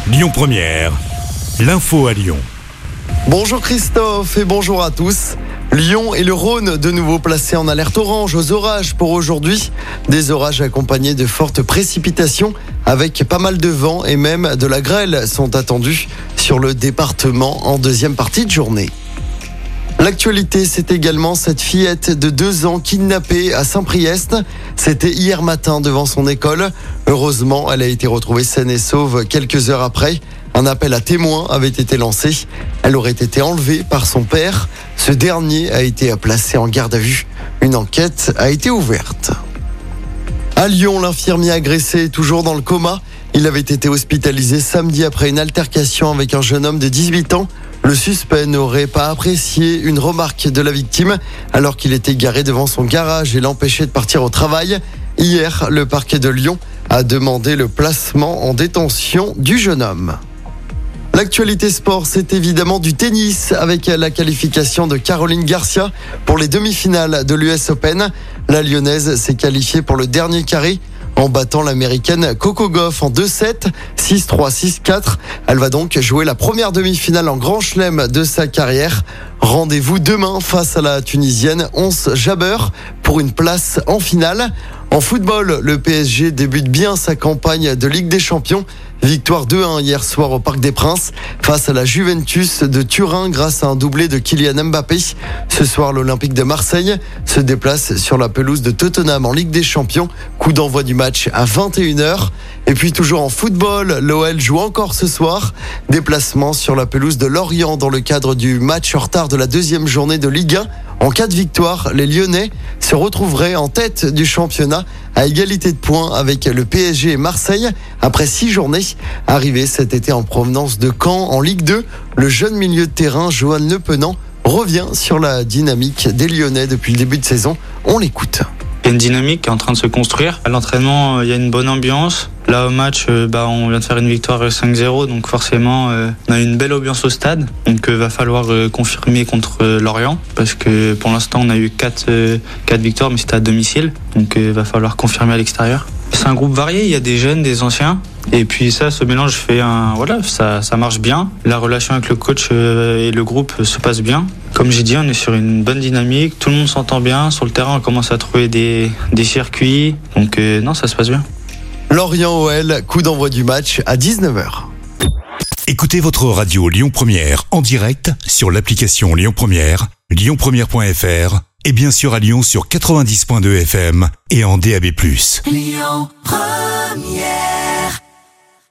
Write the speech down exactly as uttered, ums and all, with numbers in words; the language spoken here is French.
Lyon Première, l'info à Lyon. Bonjour Christophe et bonjour à tous. Lyon et le Rhône de nouveau placés en alerte orange aux orages pour aujourd'hui. Des orages accompagnés de fortes précipitations avec pas mal de vent et même de la grêle sont attendus sur le département en deuxième partie de journée. L'actualité, c'est également cette fillette de deux ans kidnappée à Saint-Priest. C'était hier matin devant son école. Heureusement, elle a été retrouvée saine et sauve quelques heures après. Un appel à témoins avait été lancé. Elle aurait été enlevée par son père. Ce dernier a été placé en garde à vue. Une enquête a été ouverte. À Lyon, l'infirmier agressé est toujours dans le coma. Il avait été hospitalisé samedi après une altercation avec un jeune homme de dix-huit ans. Le suspect n'aurait pas apprécié une remarque de la victime alors qu'il était garé devant son garage et l'empêchait de partir au travail. Hier, le parquet de Lyon a demandé le placement en détention du jeune homme. L'actualité sport, c'est évidemment du tennis avec la qualification de Caroline Garcia pour les demi-finales de l'U S Open. La Lyonnaise s'est qualifiée pour le dernier carré en battant l'américaine Coco Gauff en deux sept, six trois, six quatre. Elle va donc jouer la première demi-finale en Grand Chelem de sa carrière. Rendez-vous demain face à la Tunisienne Ons Jabeur pour une place en finale. En football, le P S G débute bien sa campagne de Ligue des Champions. Victoire deux un hier soir au Parc des Princes face à la Juventus de Turin grâce à un doublé de Kylian Mbappé. Ce soir, l'Olympique de Marseille se déplace sur la pelouse de Tottenham en Ligue des Champions. Coup d'envoi du match à vingt et une heures. Et puis toujours en football, l'O L joue encore ce soir. Déplacement sur la pelouse de Lorient dans le cadre du match en retard de la deuxième journée de Ligue un. En cas de victoire, les Lyonnais se retrouveraient en tête du championnat à égalité de points avec le P S G et Marseille après six journées. Arrivé cet été en provenance de Caen en Ligue deux, le jeune milieu de terrain Johan Le Penant revient sur la dynamique des Lyonnais depuis le début de saison. On l'écoute. Il y a une dynamique qui est en train de se construire. À l'entraînement, il y a une bonne ambiance. Là, au match, bah, on vient de faire une victoire cinq zéro, donc forcément, euh, on a une belle ambiance au stade. Donc, il euh, va falloir euh, confirmer contre euh, Lorient, parce que pour l'instant, on a eu quatre euh, victoires, mais c'était à domicile. Donc, il euh, va falloir confirmer à l'extérieur. C'est un groupe varié, il y a des jeunes, des anciens. Et puis ça, ce mélange fait un... Voilà, ça, ça marche bien. La relation avec le coach euh, et le groupe se passe bien. Comme j'ai dit, on est sur une bonne dynamique. Tout le monde s'entend bien. Sur le terrain, on commence à trouver des, des circuits. Donc euh, non, ça se passe bien. Lorient-O L, coup d'envoi du match à dix-neuf heures. Écoutez votre radio Lyon Première en direct sur l'application Lyon Première, lyon première point f r et bien sûr à Lyon sur quatre-vingt-dix point deux F M et en D A B plus. Lyon Première.